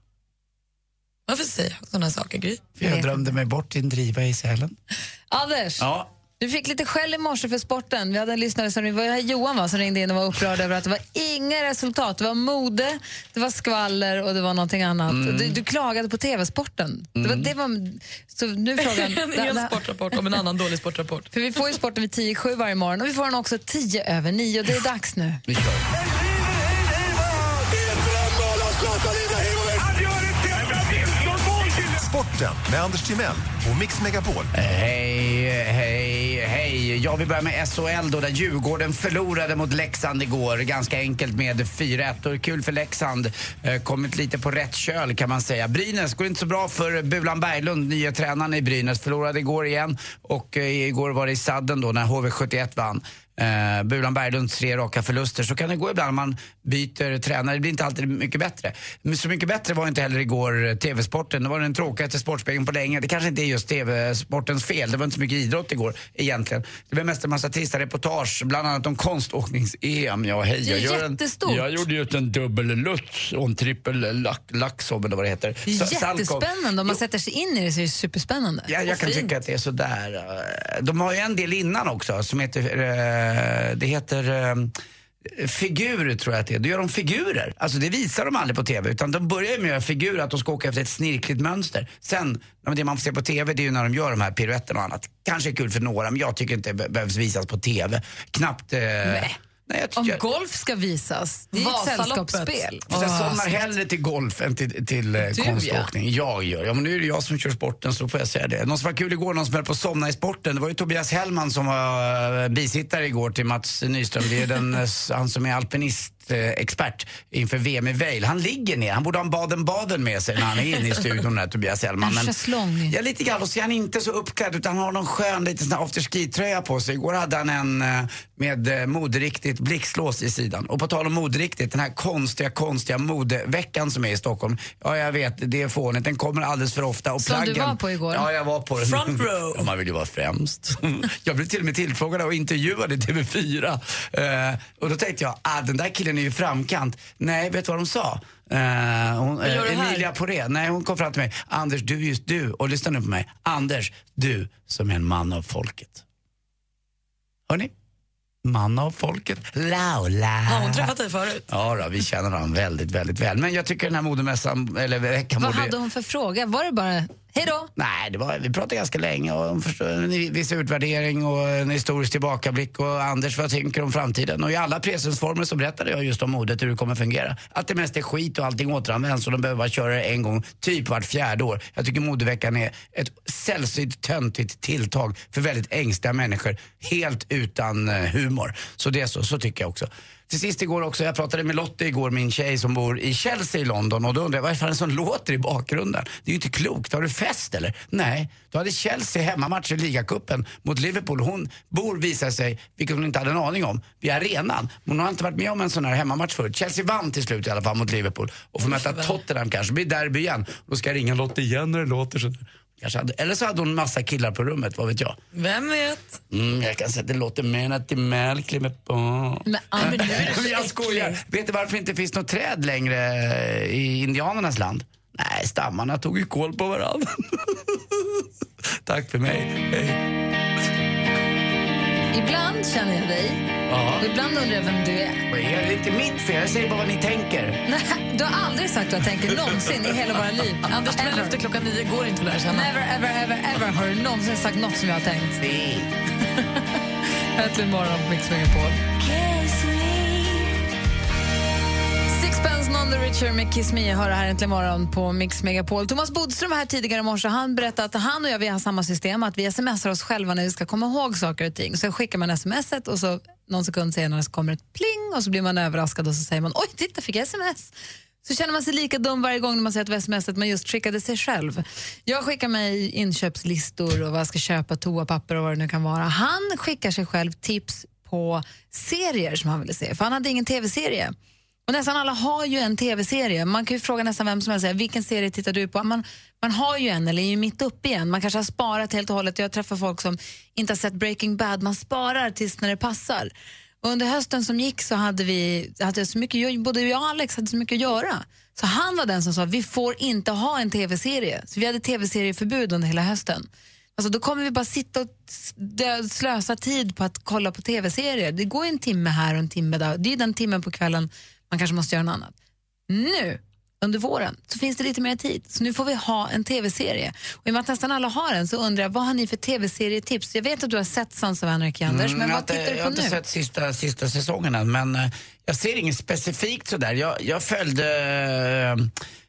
Varför säger jag sådana saker, Gry? För jag drömde mig bort i en driva i Sälen. Anders, du fick lite skäll i morse för sporten. Vi hade en lyssnare som Johan som ringde in och var upprörd över att det var inga resultat. Det var mode, det var skvaller och det var någonting annat. Du klagade på TV-sporten. Det var, så nu är frågan... En sportrapport om en annan dålig sportrapport. För vi får ju sporten vid 10:07 varje morgon och vi får den också 9:10. Det är dags nu. Vi kör. Sporten Sporten med Anders Timell och Mix Megapol. Hej. Jag vill börja med SHL då, där Djurgården förlorade mot Leksand igår. Ganska enkelt med 4-1. Kul för Leksand. Kommit lite på rätt köl kan man säga. Brynäs går inte så bra för Bulan Berglund, nya tränaren i Brynäs. Förlorade igår igen och igår var det i sadden då när HV71 vann. Bulan Berglunds 3 raka förluster. Så kan det gå ibland när man byter tränare. Det blir inte alltid mycket bättre. Men så mycket bättre var inte heller igår TV-sporten. Det var den tråkigaste sportspegeln på länge. Det kanske inte är just TV-sportens fel. Det var inte så mycket idrott igår egentligen. Det var mest en massa trista reportage, bland annat om konståknings-EM. Ja, hej. Det är jättestort. Jag gjorde ju en dubbel luts och en trippel laxob eller vad det heter. Jättespännande. Om man sätter sig in i det så är det superspännande. Ja, jag kan tycka att det är sådär. De har ju en del innan också som heter det heter figurer, tror jag att det är. Då gör de figurer. Alltså det visar de aldrig på TV, utan de börjar med att göra figurer, att de ska åka efter ett snirkligt mönster. Sen, det man får se på TV, det är ju när de gör de här piruetterna och annat. Kanske är kul för några, men jag tycker inte det behövs visas på TV. Knappt... Nej, om golf ska visas, det är ett sällskapsspel. Jag somnar hellre till golf än till konståkning. Jag gör. Ja, men nu är det jag som kör sporten, så får jag säga det. Någon som var kul igår, någon som höll på att somna i sporten. Det var ju Tobias Hellman som var bisittare igår till Mats Nyström. Det är han som är alpinistexpert inför VM i Vail. Han ligger ner. Han borde ha en Baden-Baden med sig när han är inne i studion där, Tobias Hellman. Men ja, lite grann. Och så är han inte så uppklädd, utan han har någon skön lite sån här afterski-tröja på sig. Igår hade han en med moderiktigt blixtlås i sidan. Och på tal om moderiktigt, den här konstiga modeveckan som är i Stockholm. Ja, jag vet, det är fånigt. Den kommer alldeles för ofta. Och som du var på igår? Ja, jag var på den. Front row. Ja, man vill ju vara främst. Jag blev till och med tillfrågad och intervjuad i TV4. Och då tänkte jag, den där killen är ju framkant. Nej, vet du vad de sa? Emilia Poré. Nej, hon kom fram till mig. Anders, du. Och lyssna nu på mig. Anders, du som är en man av folket. Hörni? Man av folket. Laula. Har hon träffat dig förut? Ja då, vi känner honom väldigt, väldigt väl. Men jag tycker den här modemässan, eller veckan... Vad hade hon för fråga? Var det bara, hej då? Nej, vi pratade ganska länge och hon förstår en viss utvärdering och en historisk tillbakablick. Och Anders, vad tänker om framtiden? Och i alla presensformer så berättade jag just om modet, hur det kommer fungera. Att det mest är skit och allting återanvänds och de behöver bara köra det en gång, typ vart 4:e år. Jag tycker modeveckan är ett sällsynt töntigt tilltag för väldigt ängstiga människor, helt utan humor. Så det är så tycker jag också. Till sist igår också, jag pratade med Lotte igår, min tjej som bor i Chelsea i London, och då undrade jag, vad är det som låter i bakgrunden? Det är ju inte klokt, har du fest eller? Nej, då hade Chelsea hemmamatch i ligacupen mot Liverpool. Hon visar sig, vilket hon inte hade en aning om, vid arenan. Hon har inte varit med om en sån här hemmamatch förut. Chelsea vann till slut i alla fall mot Liverpool och får möta Tottenham kanske, blir derby igen. Då ska jag ringa Lotte igen när det låter så. Eller så hade hon en massa killar på rummet, vad vet jag. Vem vet? Jag kan säga att det låter mer att det kliver på. Men jag skojar. Vet du varför det inte finns något träd längre i indianernas land? Nej, stammarna tog ju kål på varandra. Tack för mig. Hej. Ibland känner jag dig. Ja. Och ibland undrar jag vem du är. Det är inte mitt fel, jag säger bara vad ni tänker. Nej, du har aldrig sagt vad jag tänker någonsin i hela våra liv. Anders, kväll efter 9 går inte att lära känna. Never har du någonsin sagt något som jag har tänkt. Nej. Äntligen morgon på Mix Megapol. Sixpence None the Richer med Kiss Me hör här äntligen morgon på Mix Megapol. Thomas Bodström var här tidigare i morse. Han berättade att han och jag, vi har samma system, att vi smsar oss själva när vi ska komma ihåg saker och ting. Så skickar man smset och så någon sekund senare så kommer ett pling och så blir man överraskad och så säger man, oj, titta, fick jag sms. Så känner man sig lika dum varje gång när man säger att smset man just skickade sig själv. Jag skickar mig inköpslistor och vad jag ska köpa, toapapper och vad det nu kan vara. Han skickar sig själv tips på serier som han ville se, för han hade ingen tv-serie. Och nästan alla har ju en tv-serie. Man kan ju fråga nästan vem som helst, vilken serie tittar du på? Man har ju en eller är ju mitt uppe igen. Man kanske har sparat helt och hållet. Jag träffar folk som inte har sett Breaking Bad. Man sparar tills när det passar. Och under hösten som gick så hade så mycket, både jag och Alex hade så mycket att göra. Så han var den som sa, vi får inte ha en tv-serie. Så vi hade tv-serieförbud under hela hösten. Alltså då kommer vi bara sitta och slösa tid på att kolla på tv-serier. Det går en timme här och en timme där. Det är den timmen på kvällen man kanske måste göra något annat. Nu, under våren, så finns det lite mer tid. Så nu får vi ha en tv-serie. Och i och med att nästan alla har en så undrar jag, vad har ni för tv-serietips? Jag vet att du har sett Sons of Anarchy, Anders, men vad tittar du på nu? Jag har inte sett sista säsongen än, men jag ser inget specifikt sådär. Jag följde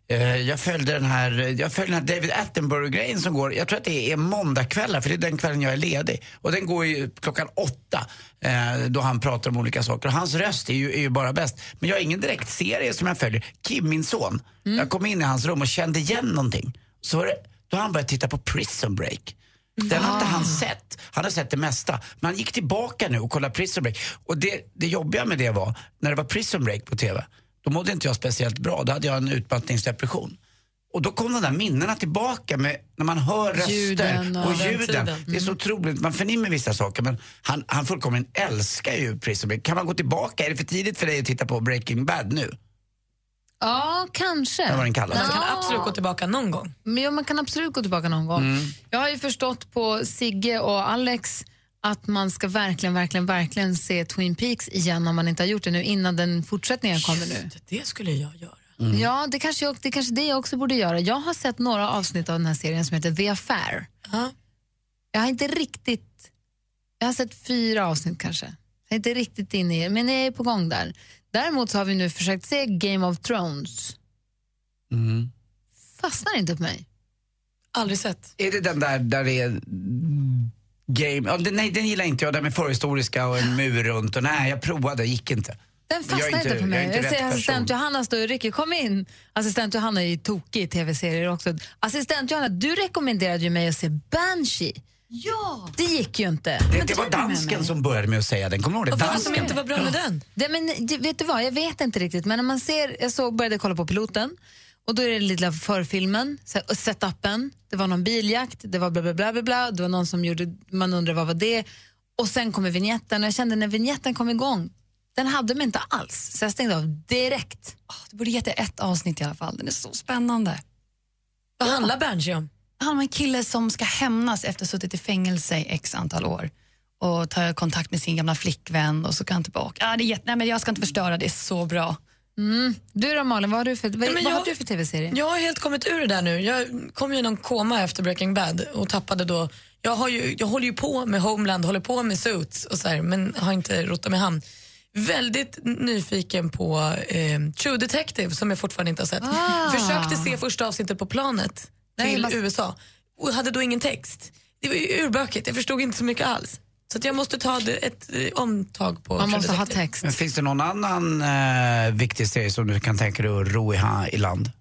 Jag följde den här David Attenborough-grejen som går, jag tror att det är måndagkvällar, för det är den kvällen jag är ledig. Och den går ju 8:00 då han pratar om olika saker. Och hans röst är ju bara bäst. Men jag har ingen direkt serie som jag följer. Kim, min son, jag kom in i hans rum och kände igen någonting. Så var det, då har han börjat titta på Prison Break. Den har inte han sett. Han har sett det mesta. Men han gick tillbaka nu och kollade Prison Break. Och det jobbiga med det var, när det var Prison Break på TV, då mådde inte jag speciellt bra. Då hade jag en utmattningsdepression. Och då kom de där minnena tillbaka med, när man hör röster och ljuden. Det är så otroligt, man förnimmer vissa saker. Men han fullkomligen älskar ju Prison Break. Kan man gå tillbaka? Är det för tidigt för dig att titta på Breaking Bad nu? Ja, kanske. Det var den kallas. Man kan absolut gå tillbaka någon gång. Ja, man kan absolut gå tillbaka någon gång. Jag har ju förstått på Sigge och Alex att man ska verkligen se Twin Peaks igen om man inte har gjort det nu innan den fortsättningen kommer nu. Det skulle jag göra. Ja, det kanske det jag också borde göra. Jag har sett några avsnitt av den här serien som heter The Affair. Jag har inte riktigt... Jag har sett 4 avsnitt kanske. Jag är inte riktigt inne i det, men jag är på gång där. Däremot så har vi nu försökt se Game of Thrones. Fastnar inte på mig. Aldrig sett. Är det den där det är game... Nej, den gillar inte jag. Den med förhistoriska och en mur runt. Och nej, jag provade, gick inte. Den fastnar inte på mig. Jag säger assistent Johanna står och Ricky, kom in. Assistent Johanna är ju tokig i tv-serier också. Assistent Johanna, du rekommenderade ju mig att se Banshee. Ja! Det gick ju inte. Det var dansken som började med att säga den. Kommer du ihåg det? Och vad som inte var bra med den? Men vet du vad, jag vet inte riktigt. Men när man ser, började kolla på piloten. Och då är det lite förfilmen, setupen. Det var någon biljakt, det var bla bla bla bla bla. Det var någon som gjorde, man undrar vad var det. Och sen kommer vignetten. Och jag kände när vignetten kom igång, den hade mig inte alls. Så jag stängde av direkt. Du borde ge det ett avsnitt i alla fall. Den är så spännande. Vad handlar Banshee om? Det handlar om en kille som ska hämnas efter att ha suttit i fängelse i x antal år. Och ta kontakt med sin gamla flickvän och så kan han tillbaka. Nej, men jag ska inte förstöra, det är så bra. Du då Malin, vad har du för tv-serie? Jag har helt kommit ur det där nu. Jag kom ju i någon koma efter Breaking Bad och tappade då. Jag håller ju på med Homeland, håller på med Suits och så här, men har inte rotat mig hamn. Väldigt nyfiken på True Detective som jag fortfarande inte har sett. Försökte se första avsnittet på planet till USA och hade då ingen text. Det var ju urbökigt, jag förstod inte så mycket alls. Så att jag måste ta ett omtag på. Man måste ha text. Men finns det någon annan viktig serie som du kan tänka dig att ro i land?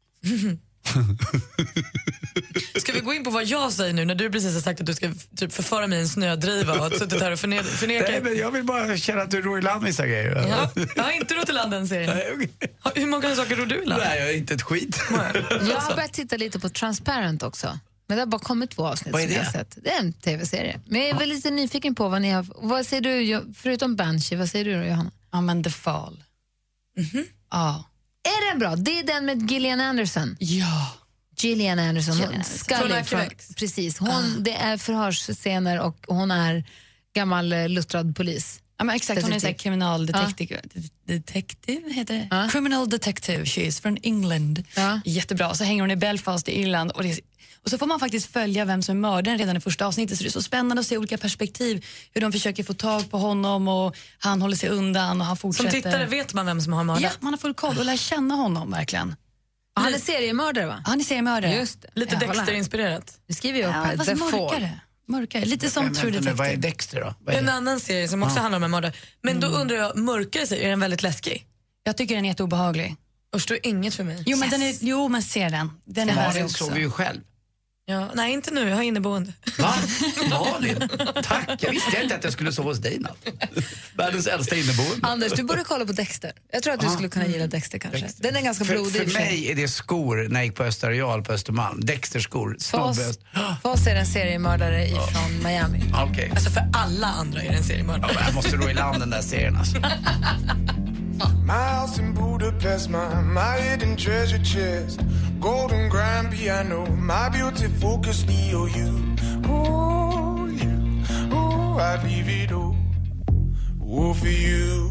Ska vi gå in på vad jag säger nu när du precis har sagt att du ska typ förföra mig i en snödriva och suttit här och förneka? Nej, men jag vill bara känna att du ror i land vissa grejer. Ja, jag har inte rott i land den serien. Hur många saker ror du i land? Nej, jag är inte ett skit. Jag har börjat titta lite på Transparent också. Men det har bara kommit 2 avsnitt. Vad är det? Jag har sett. Det är en tv-serie. Men jag är väl lite nyfiken på vad ni har... Vad säger du, förutom Banshee, vad säger du då, Johanna? Ja, men The Fall. Ja. Är den bra? Det är den med Gillian Anderson. Ja. Gillian Anderson. Precis. Det är förhörsscener och hon är gammal luttrad polis. Ja, men exakt, hon är så kriminaldetektiv. Detective heter det. Criminal detective, she is from England. Jättebra. Så hänger hon i Belfast i Irland och så får man faktiskt följa vem som är mördaren redan i första avsnittet. Så det är så spännande att se olika perspektiv. Hur de försöker få tag på honom och han håller sig undan och han fortsätter. Som tittare vet man vem som har mördat. Ja, man har full koll och lär känna honom verkligen. Och han är seriemördare, va? Han är seriemördare. Just det. Lite Dexter-inspirerat. Det skriver jag upp här. Fast mörkare. Lite som True Detective. Vad är Dexter då? En annan serie som också handlar om en mördare. Men då undrar jag, mörkare sig, är den väldigt läskig? Jag tycker den är jätteobehaglig. Usch, det är inget för mig. Jo, men ser den. Den är Malin sover ju själv. Ja, nej, inte nu. Jag har inneboende. Va? Malin? Tack. Jag visste inte att jag skulle sova hos dig natt. Världens äldsta inneboende. Anders, du borde kolla på Dexter. Jag tror att du skulle kunna gilla Dexter kanske. Dexter. Den är ganska blodig. För mig är det skor när jag gick på Österreal på Östermalm. Dexter-skor. För oss är en seriemördare från Miami. Okay. Alltså för alla andra är det en seriemördare. Ja, jag måste ro i land den där serien alltså. My house in Budapest, my hidden treasure chest, golden grand piano, my beauty focus, you. Ooh, I'd leave it all. Ooh, for you.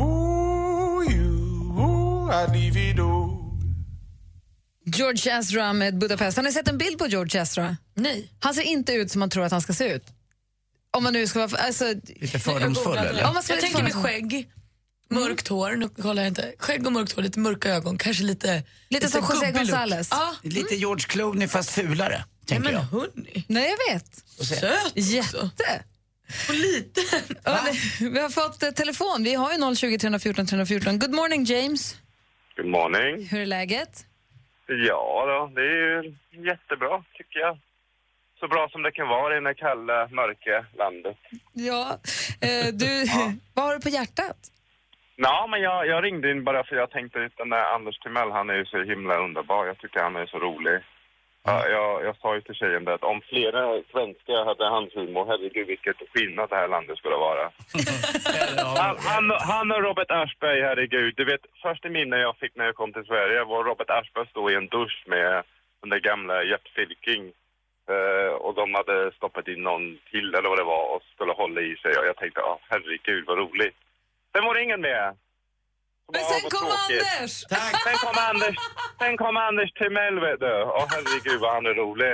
Ooh, I'd leave it all. George Ezra med Budapest. Har ni sett en bild på George Ezra? Nej. Han ser inte ut som man tror att han ska se ut. Om man nu ska vara... Alltså, lite fördomsfull eller? Jag tänker med skägg. Mörkt hår, nu kollar jag inte. Skägg och mörkt hår, lite mörka ögon, kanske lite som José González. Lite George Clooney fast fulare, tänker jag. Hörni. Nej, jag vet. Söt. Jätte. Och lite. Vi har fått telefon. Vi har ju 020 314 314. Good morning, James. Good morning. Hur är läget? Ja då, det är ju jättebra tycker jag. Så bra som det kan vara i det kalla, mörka landet. Ja, vad har du på hjärtat? Ja, men jag ringde in bara för jag tänkte att den där Anders Timell, han är ju så himla underbar. Jag tycker han är så rolig. Jag sa ju till tjejen det att om flera svenskar hade hans humor, herregud vilket skillnad det här landet skulle vara. han och Robert Aschberg, herregud. Du vet, första minne jag fick när jag kom till Sverige var Robert Aschberg stod i en dusch med den där gamla Gert Fylking. Och de hade stoppat in någon till eller vad det var och skulle hålla i sig. Och jag tänkte, herregud vad roligt. Sen var det ingen mer. Men sen kom Anders! Tack. Sen kom Anders Timell, vet du. Herregud vad han är rolig.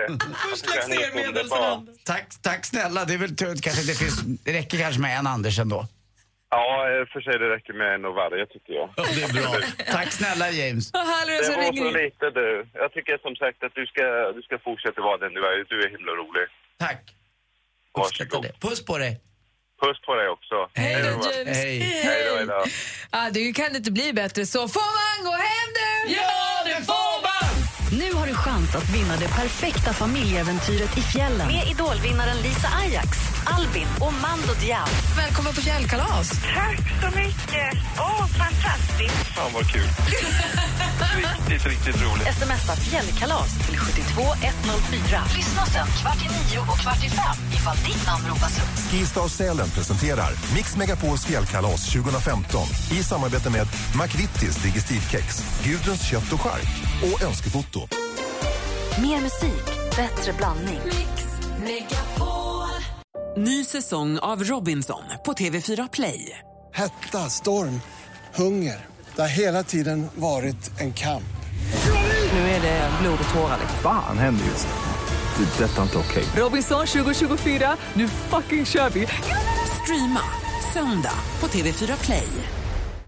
Tack snälla, det är väl tur kanske det räcker kanske med en Anders ändå. Ja, för sig det räcker med en och varje tycker jag. Ja, det är bra. Tack snälla James. Det var så lite du. Jag tycker som sagt att du ska fortsätta vara den du är. Du är himla rolig. Tack. Varsågod. Puss på dig. Puss på dig också. Hej då, James. Hej då. Det kan inte bli bättre. Så får man gå hem nu? Ja, det får man! Nu har du chans att vinna det perfekta familjeäventyret i fjällen med idolvinnaren Lisa Ajax, Albin och Mando Diao. Välkommen på fjällkalas. Tack så mycket. Fantastiskt. Fan vad kul. riktigt roligt. Smsa fjällkalas till 72104. Lyssna sen 8:45 och 5:15 ifall ditt namn ropas upp. Skistar Sälen presenterar Mix Megapols fjällkalas 2015 i samarbete med McVittys Digestivkex, Gudruns kött och chark och Önskefoto. Mer musik, bättre blandning. Mix Megapol. Ny säsong av Robinson på TV4 Play. Hetta, storm, hunger. Det har hela tiden varit en kamp. Nu är det blod och tårar. Fan händer just det. Det är detta inte okej. Robinson 2024, nu fucking kör vi. Streama söndag på TV4 Play.